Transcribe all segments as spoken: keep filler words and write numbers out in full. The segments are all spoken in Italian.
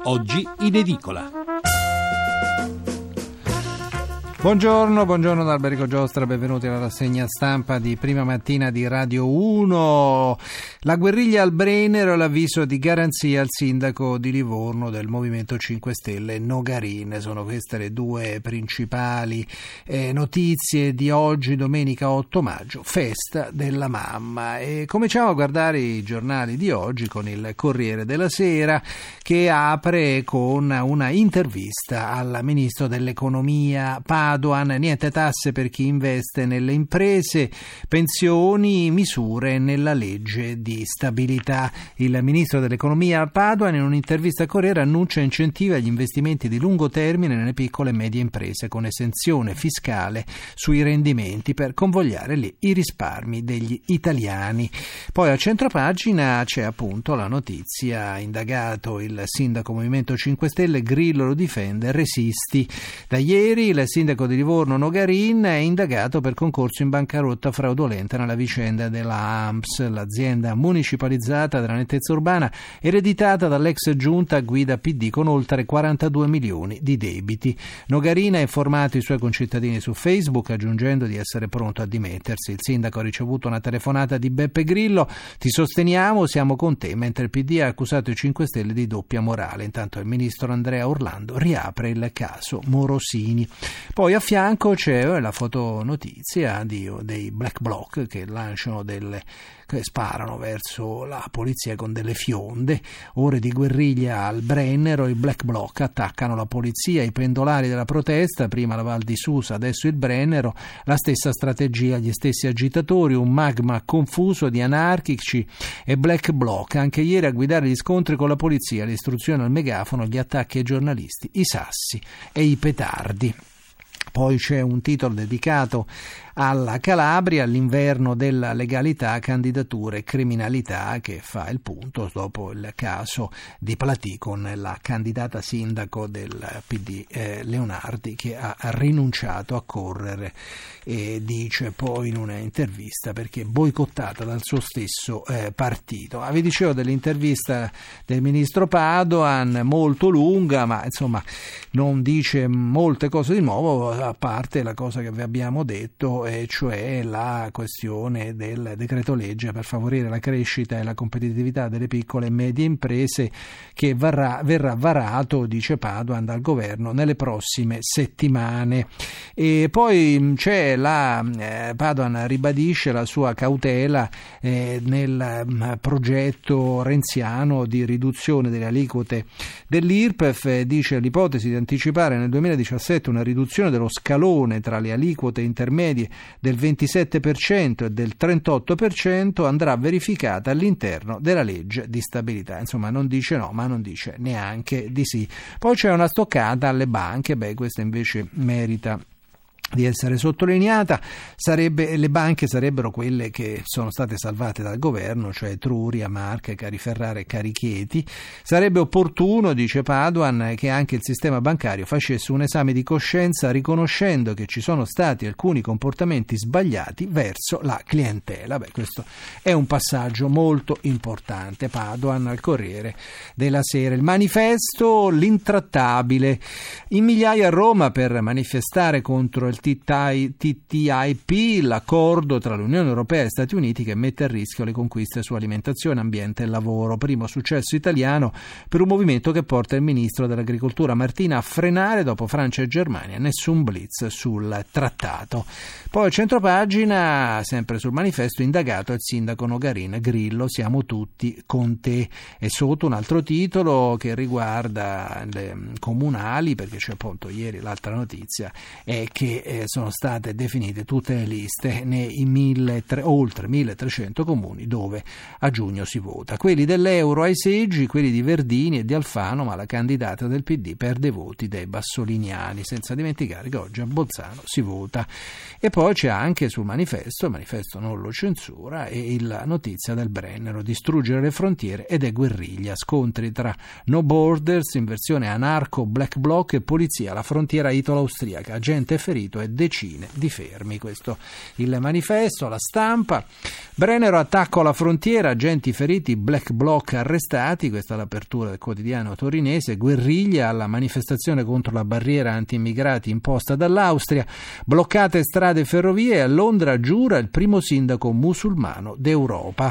oggi in edicola. Buongiorno, buongiorno da Alberico Giostra, benvenuti alla rassegna stampa di prima mattina di Radio uno. La guerriglia al Brennero e l'avviso di garanzia al sindaco di Livorno del Movimento cinque Stelle Nogarin. Sono queste le due principali eh, notizie di oggi, domenica otto maggio, festa della mamma. E cominciamo a guardare i giornali di oggi con il Corriere della Sera, che apre con una intervista al ministro dell'economia Padoan. Niente tasse per chi investe nelle imprese, pensioni, misure nella legge di stabilità. Il ministro dell'economia Padoan in un'intervista al Corriere annuncia incentivi agli investimenti di lungo termine nelle piccole e medie imprese con esenzione fiscale sui rendimenti per convogliare lì i risparmi degli italiani. Poi a centropagina c'è appunto la notizia: indagato il sindaco Movimento cinque Stelle, Grillo lo difende, resisti. Da ieri il sindaco di Livorno Nogarin è indagato per concorso in bancarotta fraudolenta nella vicenda della A M S, l'azienda municipalizzata della nettezza urbana ereditata dall'ex giunta a guida P D con oltre quarantadue milioni di debiti. Nogarin ha informato i suoi concittadini su Facebook, aggiungendo di essere pronto a dimettersi. Il sindaco ha ricevuto una telefonata di Beppe Grillo: ti sosteniamo, siamo con te, mentre il P D ha accusato i cinque Stelle di doppia morale. Intanto il ministro Andrea Orlando riapre il caso Morosini. Poi a fianco c'è la fotonotizia di, dei Black Bloc che lanciano delle che sparano verso la polizia con delle fionde. Ore di guerriglia al Brennero, i Black Bloc attaccano la polizia, i pendolari della protesta, prima la Val di Susa, adesso il Brennero, la stessa strategia, gli stessi agitatori, un magma confuso di anarchici e Black Bloc. Anche ieri a guidare gli scontri con la polizia, le istruzioni al megafono, gli attacchi ai giornalisti, i sassi e i petardi. Poi c'è un titolo dedicato alla Calabria, l'inverno della legalità, candidature e criminalità, che fa il punto dopo il caso di Platì con la candidata sindaco del P D eh, Leonardi, che ha rinunciato a correre, e dice poi in una intervista perché boicottata dal suo stesso eh, partito. Ah, vi dicevo dell'intervista del ministro Padoan, molto lunga, ma insomma non dice molte cose di nuovo, a parte la cosa che vi abbiamo detto, e cioè la questione del decreto legge per favorire la crescita e la competitività delle piccole e medie imprese, che varrà, verrà varato, dice Padoan, dal governo nelle prossime settimane. E poi c'è la eh, Padoan ribadisce la sua cautela eh, nel um, progetto renziano di riduzione delle aliquote dell'I R P E F. Dice: l'ipotesi di anticipare nel duemiladiciassette una riduzione dello scalone tra le aliquote intermedie del ventisette per cento e del trentotto per cento andrà verificata all'interno della legge di stabilità. Insomma, non dice no, ma non dice neanche di sì. Poi c'è una stoccata alle banche, beh, questa invece merita di essere sottolineata. Sarebbe, le banche sarebbero quelle che sono state salvate dal governo, cioè Etruria, Marche, Cariferrara e Carichieti. Sarebbe opportuno, dice Padoan, che anche il sistema bancario facesse un esame di coscienza, riconoscendo che ci sono stati alcuni comportamenti sbagliati verso la clientela. Beh, questo è un passaggio molto importante. Padoan al Corriere della Sera. Il Manifesto, l'intrattabile. In migliaia a Roma per manifestare contro il T T I P, l'accordo tra l'Unione Europea e Stati Uniti che mette a rischio le conquiste su alimentazione, ambiente e lavoro. Primo successo italiano per un movimento che porta il ministro dell'Agricoltura Martina a frenare, dopo Francia e Germania, nessun blitz sul trattato. Poi a centropagina, sempre sul Manifesto, indagato il sindaco Nogarin, Grillo, siamo tutti con te. E sotto un altro titolo che riguarda le comunali, perché c'è appunto ieri l'altra notizia è che eh, sono state definite tutte le liste nei mille, oltre milletrecento comuni dove a giugno si vota. Quelli dell'Euro ai seggi, quelli di Verdini e di Alfano, ma la candidata del P D perde voti dei bassoliniani, senza dimenticare che oggi a Bolzano si vota. E poi c'è anche sul Manifesto, il Manifesto non lo censura, e la notizia del Brennero: distruggere le frontiere ed è guerriglia, scontri tra No Borders in versione anarco Black Bloc e polizia alla frontiera italo-austriaca, agente ferito Veneto e decine di fermi. Questo il manifesto, La Stampa. Brennero, attacco alla frontiera, agenti feriti, black bloc arrestati, questa è l'apertura del quotidiano torinese. Guerriglia alla manifestazione contro la barriera anti-immigrati imposta dall'Austria, bloccate strade e ferrovie, a Londra giura il primo sindaco musulmano d'Europa.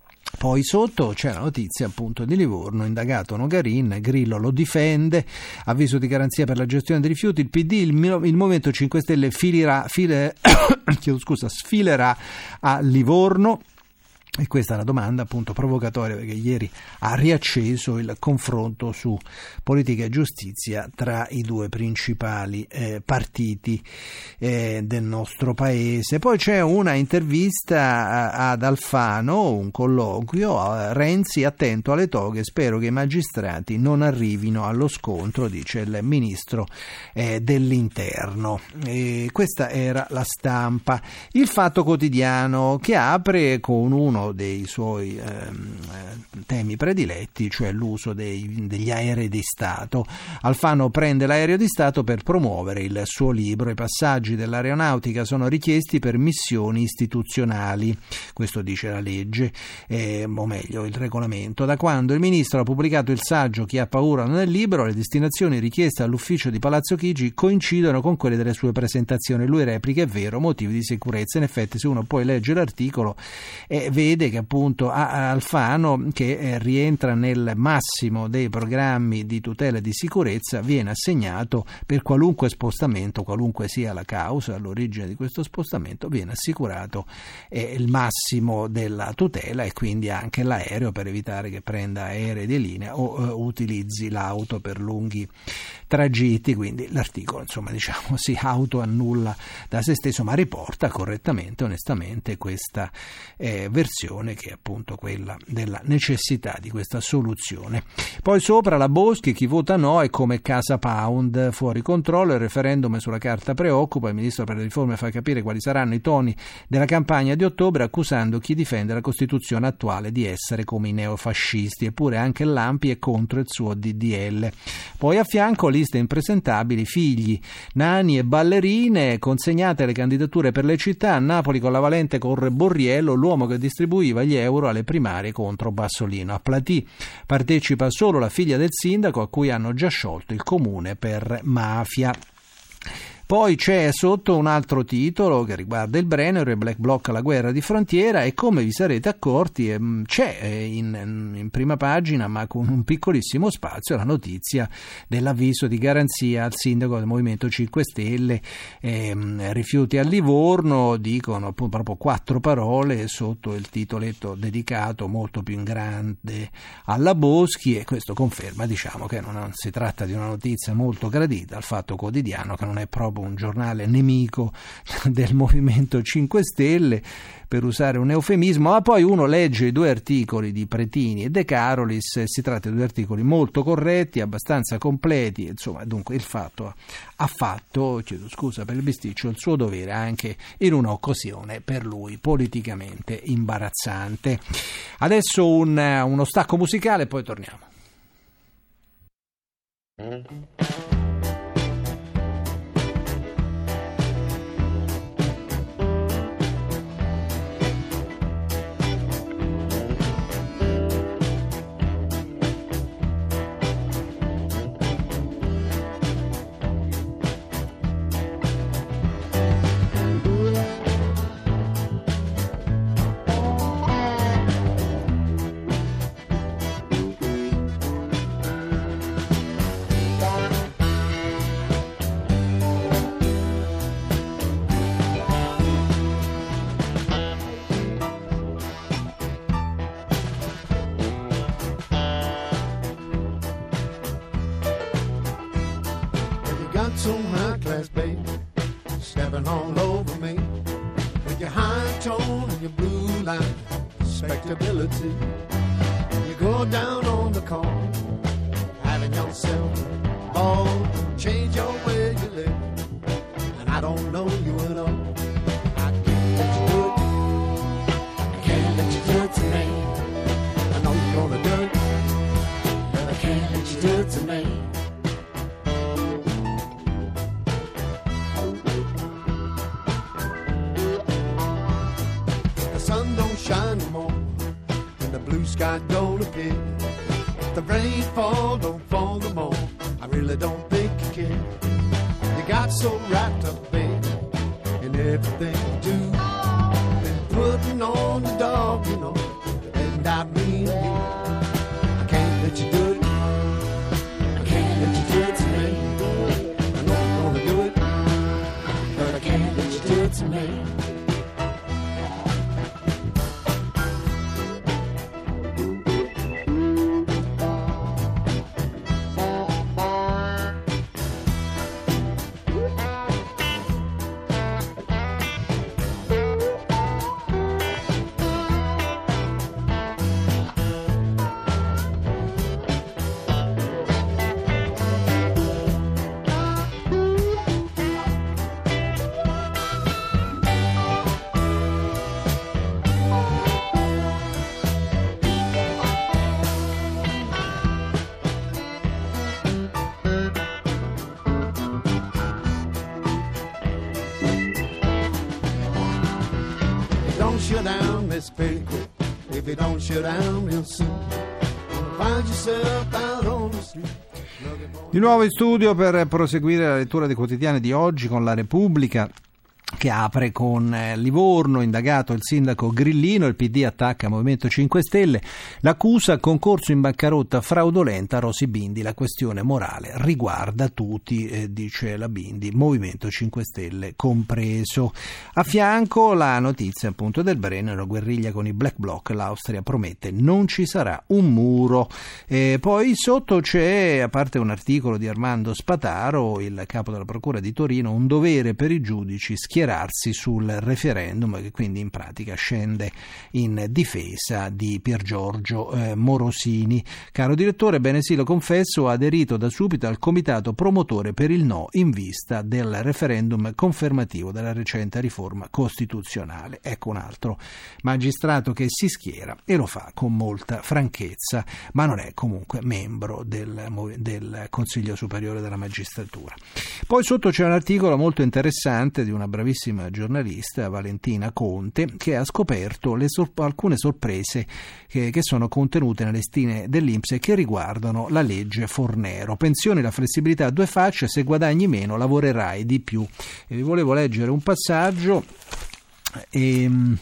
Poi sotto c'è la notizia appunto di Livorno, indagato Nogarin, Grillo lo difende, avviso di garanzia per la gestione dei rifiuti, il P D, il, il Movimento cinque Stelle filirà, file, chiedo scusa, sfilerà a Livorno. E questa è la domanda appunto provocatoria, perché ieri ha riacceso il confronto su politica e giustizia tra i due principali eh, partiti eh, del nostro paese. Poi c'è una intervista ad Alfano, un colloquio, Renzi attento alle toghe, spero che i magistrati non arrivino allo scontro, dice il ministro eh, dell'interno. E questa era La Stampa. Il Fatto Quotidiano, che apre con uno dei suoi ehm, temi prediletti, cioè l'uso dei, degli aerei di Stato. Alfano prende l'aereo di Stato per promuovere il suo libro. I passaggi dell'aeronautica sono richiesti per missioni istituzionali, questo dice la legge, eh, o meglio il regolamento. Da quando il ministro ha pubblicato il saggio Chi ha paura non è libero, le destinazioni richieste all'ufficio di Palazzo Chigi coincidono con quelle delle sue presentazioni. Lui replica: è vero, motivi di sicurezza. In effetti, se uno poi legge l'articolo e eh, vede che appunto Alfano, che eh, rientra nel massimo dei programmi di tutela e di sicurezza, viene assegnato per qualunque spostamento, qualunque sia la causa all'origine di questo spostamento, viene assicurato eh, il massimo della tutela, e quindi anche l'aereo, per evitare che prenda aerei di linea o eh, utilizzi l'auto per lunghi tragitti. Quindi l'articolo, insomma, diciamo, si autoannulla da se stesso, ma riporta correttamente, onestamente, questa eh, versione che è appunto quella della necessità di questa soluzione. Poi sopra la Boschi, chi vota no è come Casa Pound, fuori controllo, il referendum sulla carta preoccupa, il ministro per le riforme fa capire quali saranno i toni della campagna di ottobre, accusando chi difende la Costituzione attuale di essere come i neofascisti, eppure anche l'A N P I è contro il suo D D L. Poi a fianco liste impresentabili, figli, nani e ballerine, consegnate le candidature per le città. A Napoli con la Valente corre Borriello, l'uomo che distribuiva gli euro alle primarie contro Bassolino. A Platì partecipa solo la figlia del sindaco, a cui hanno già sciolto il comune per mafia. Poi c'è sotto un altro titolo che riguarda il Brennero e Black Bloc alla guerra di frontiera, e come vi sarete accorti c'è in, in prima pagina, ma con un piccolissimo spazio, la notizia dell'avviso di garanzia al sindaco del Movimento cinque Stelle, eh, rifiuti a Livorno, dicono appunto proprio quattro parole sotto il titoletto dedicato molto più in grande alla Boschi, e questo conferma, diciamo, che non si tratta di una notizia molto gradita al Fatto Quotidiano, che non è proprio un giornale nemico del Movimento cinque Stelle, per usare un eufemismo. Ma poi uno legge i due articoli di Pretini e De Carolis, e si tratta di due articoli molto corretti, abbastanza completi, insomma, dunque il Fatto ha fatto, chiedo scusa per il bisticcio, il suo dovere anche in un'occasione per lui politicamente imbarazzante. Adesso un, uno stacco musicale, poi torniamo. Some high class baby stepping all over me with your high tone and your blue line respectability. You go down on the corner having yourself a ball, change your way you live, and I don't know you at all. I can't let you do it, I can't let you do it to me. I know you're gonna do it, but I can't let you do it to me. shine no more, and the blue sky don't appear. If the rain fall, don't fall no more, I really don't think you care. You got so wrapped up, baby, in everything you do, been putting on the dog, you know, and I mean you. I can't let you do it, I can't let you do it to me. I know you're gonna do it, but I can't let you do it to me. Shut down, Miss Pretty Quick. If you don't shut down real soon, find yourself out on the street. Di nuovo in studio per proseguire la lettura dei quotidiani di oggi con La Repubblica, che apre con eh, Livorno, indagato il sindaco Grillino, il P D attacca Movimento cinque Stelle, l'accusa concorso in bancarotta fraudolenta a Rosy Bindi, la questione morale riguarda tutti, eh, dice la Bindi, Movimento cinque Stelle compreso. A fianco la notizia appunto del Brennero, guerriglia con i Black Bloc, l'Austria promette non ci sarà un muro. E poi sotto c'è, a parte un articolo di Armando Spataro, il capo della Procura di Torino, un dovere per i giudici schierati sul referendum, che quindi in pratica scende in difesa di Piergiorgio eh, Morosini. Caro direttore, bene sì, lo confesso, ho aderito da subito al comitato promotore per il no in vista del referendum confermativo della recente riforma costituzionale. Ecco un altro magistrato che si schiera e lo fa con molta franchezza, ma non è comunque membro del, del Consiglio Superiore della Magistratura. Poi sotto c'è un articolo molto interessante di una bravissima giornalista, Valentina Conte, che ha scoperto le sor- alcune sorprese che, che sono contenute nelle stime dell'I N P S e che riguardano la legge Fornero. Pensioni, la flessibilità a due facce, se guadagni meno lavorerai di più. E vi volevo leggere un passaggio. Ehm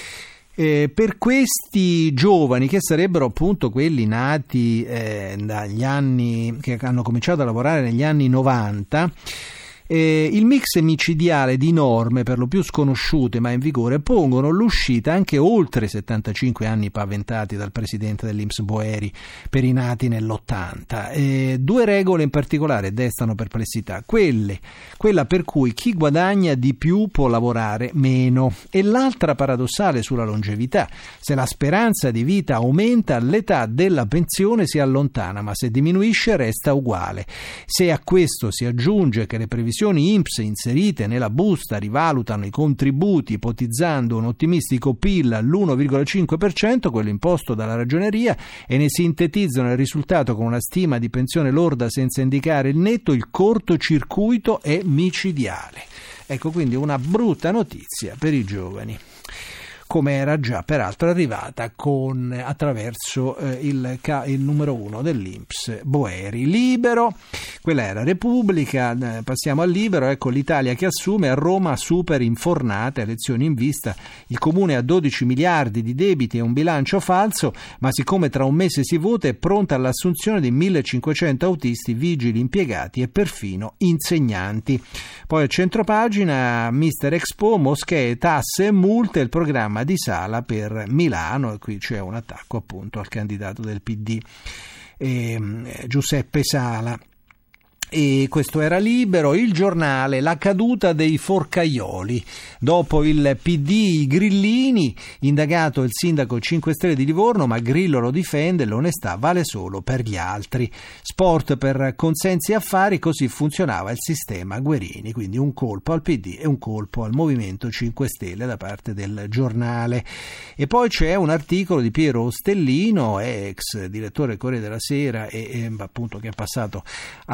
Eh, per questi giovani, che sarebbero appunto quelli nati eh, dagli anni, che hanno cominciato a lavorare negli anni novanta, Eh, il mix micidiale di norme, per lo più sconosciute ma in vigore, pongono l'uscita anche oltre i settantacinque anni paventati dal presidente dell'I N P S Boeri per i nati nell'ottanta. Eh, due regole in particolare destano perplessità: quelle, quella per cui chi guadagna di più può lavorare meno, e l'altra paradossale sulla longevità: se la speranza di vita aumenta, l'età della pensione si allontana, ma se diminuisce resta uguale. Se a questo si aggiunge che le previsioni I N P S inserite nella busta rivalutano i contributi, ipotizzando un ottimistico P I L all'uno virgola cinque per cento, quello imposto dalla Ragioneria, e ne sintetizzano il risultato con una stima di pensione lorda senza indicare il netto, il cortocircuito è micidiale. Ecco quindi una brutta notizia per i giovani, come era già peraltro arrivata con, attraverso eh, il, il numero uno dell'I N P S Boeri. Libero, quella era Repubblica, eh, passiamo al Libero. Ecco l'Italia che assume, a Roma super infornate, elezioni in vista, il comune ha dodici miliardi di debiti e un bilancio falso, ma siccome tra un mese si vota è pronta all'assunzione di millecinquecento autisti, vigili, impiegati e perfino insegnanti. Poi a centropagina, Mister Expo, moschee, tasse e multe, il programma di Sala per Milano, e qui c'è un attacco appunto al candidato del P D, eh, Giuseppe Sala. E questo era Libero. Il Giornale, la caduta dei forcaioli. Dopo il P D, i grillini, indagato il sindaco cinque Stelle di Livorno, ma Grillo lo difende, l'onestà vale solo per gli altri. Sport per consensi e affari, così funzionava il sistema Guerini, quindi un colpo al P D e un colpo al Movimento cinque Stelle da parte del Giornale. E poi c'è un articolo di Piero Ostellino, ex direttore del Corriere della Sera e, e appunto che è passato al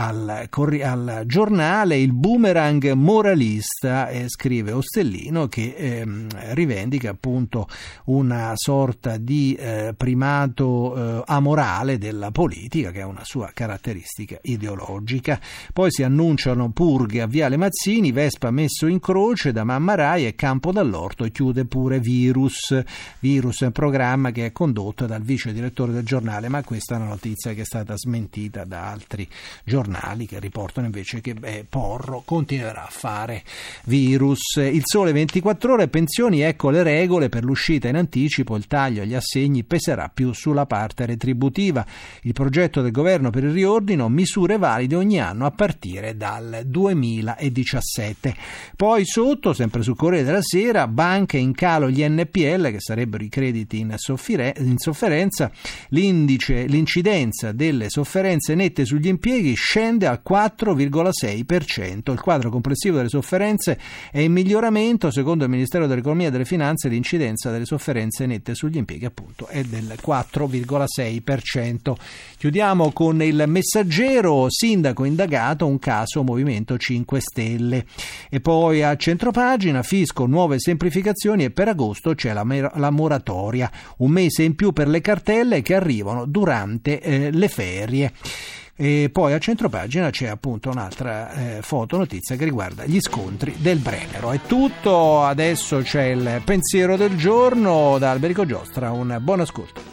corri- al giornale il boomerang moralista, eh, scrive Ostellino, che ehm, rivendica appunto una sorta di eh, primato eh, amorale della politica, che è una sua caratteristica ideologica. Poi si annunciano purghe a Viale Mazzini, Vespa messo in croce da Mamma Rai e Campo Dall'Orto chiude pure Virus. Virus è un programma che è condotto dal vice direttore del giornale, ma questa è una notizia che è stata smentita da altri giornali che riportano invece che beh, Porro continuerà a fare Virus. Il Sole ventiquattro Ore, pensioni, ecco le regole per l'uscita in anticipo, il taglio agli assegni peserà più sulla parte retributiva. Il progetto del governo per il riordino, misure valide ogni anno a partire dal duemiladiciassette. Poi sotto, sempre sul Corriere della Sera, banche in calo gli N P L, che sarebbero i crediti in, soffire- in sofferenza, l'indice, l'incidenza delle sofferenze nette sugli impieghi scende al quattro virgola sei per cento. Il quadro complessivo delle sofferenze è in miglioramento, secondo il Ministero dell'Economia e delle Finanze l'incidenza delle sofferenze nette sugli impieghi appunto è del quattro virgola sei per cento. Chiudiamo con il Messaggero, sindaco indagato, un caso Movimento cinque Stelle. E poi a centropagina, fisco, nuove semplificazioni e per agosto c'è la, mer- la moratoria, un mese in più per le cartelle che arrivano durante eh, le ferie. E poi a centropagina c'è appunto un'altra eh, fotonotizia che riguarda gli scontri del Brennero. È tutto, adesso c'è il pensiero del giorno da Alberico Giostra, un buon ascolto.